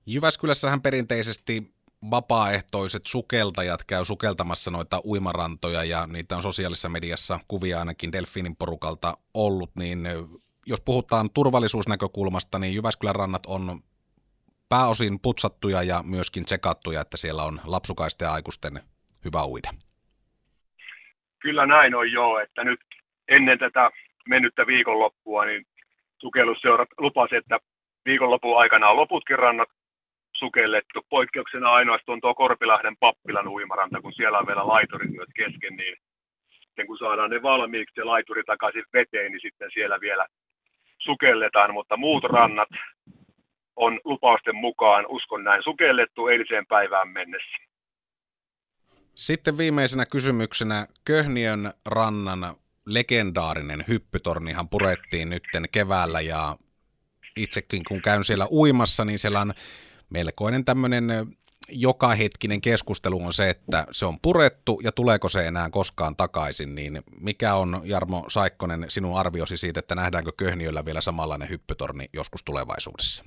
Jyväskylässähän perinteisesti vapaaehtoiset sukeltajat käy sukeltamassa noita uimarantoja ja niitä on sosiaalisessa mediassa kuvia ainakin Delfiinin porukalta ollut, niin jos puhutaan turvallisuusnäkökulmasta, niin Jyväskylän rannat on pääosin putsattuja ja myöskin tsekattuja, että siellä on lapsukaisten ja aikuisten hyvä uida. Kyllä näin on jo, että nyt ennen tätä mennyttä viikonloppua, niin sukellusseurat lupasi, että viikonlopun aikana on loputkin rannat sukellettu. Poikkeuksena ainoastaan tuo Korpilahden Pappilan uimaranta, kun siellä on vielä laiturit myös kesken, niin sitten kun saadaan ne valmiiksi ja laituri takaisin veteen, niin sitten siellä vielä sukelletaan, mutta muut rannat on lupausten mukaan, uskon näin, sukellettu eiliseen päivään mennessä. Sitten viimeisenä kysymyksenä Köhniön rannan legendaarinen hyppytornihan purettiin nytten keväällä ja itsekin kun käyn siellä uimassa, niin siellä on melkoinen tämmöinen joka hetkinen keskustelu on se, että se on purettu ja tuleeko se enää koskaan takaisin, niin mikä on Jarmo Saikkonen sinun arviosi siitä, että nähdäänkö Köhniöllä vielä samanlainen hyppytorni joskus tulevaisuudessa?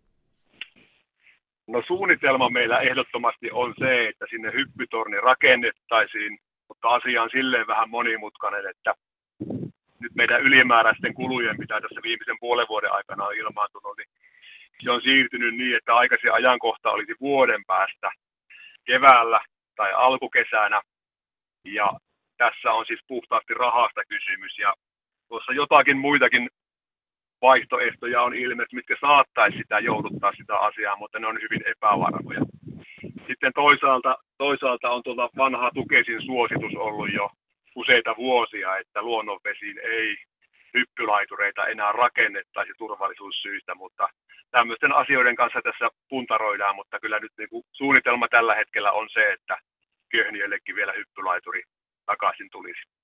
No suunnitelma meillä ehdottomasti on se, että sinne hyppytorni rakennettaisiin, mutta asia on silleen vähän monimutkainen, että nyt meidän ylimääräisten kulujen, mitä tässä viimeisen puolen vuoden aikana on ilmaantunut, niin se on siirtynyt niin, että aikaisin ajankohta olisi vuoden päästä keväällä tai alkukesänä. Ja tässä on siis puhtaasti rahasta kysymys. Ja tuossa jotakin muitakin vaihtoehtoja on ilmeisesti, mitkä saattaisi sitä jouduttaa sitä asiaa, mutta ne on hyvin epävarmoja. Sitten toisaalta on vanha Tukesin suositus ollut jo useita vuosia, että luonnonvesiin ei hyppylaitureita enää rakennettaisi turvallisuussyistä, mutta tämmöisten asioiden kanssa tässä puntaroidaan, mutta kyllä nyt niin kuin suunnitelma tällä hetkellä on se, että Köhniöllekin vielä hyppylaituri takaisin tulisi.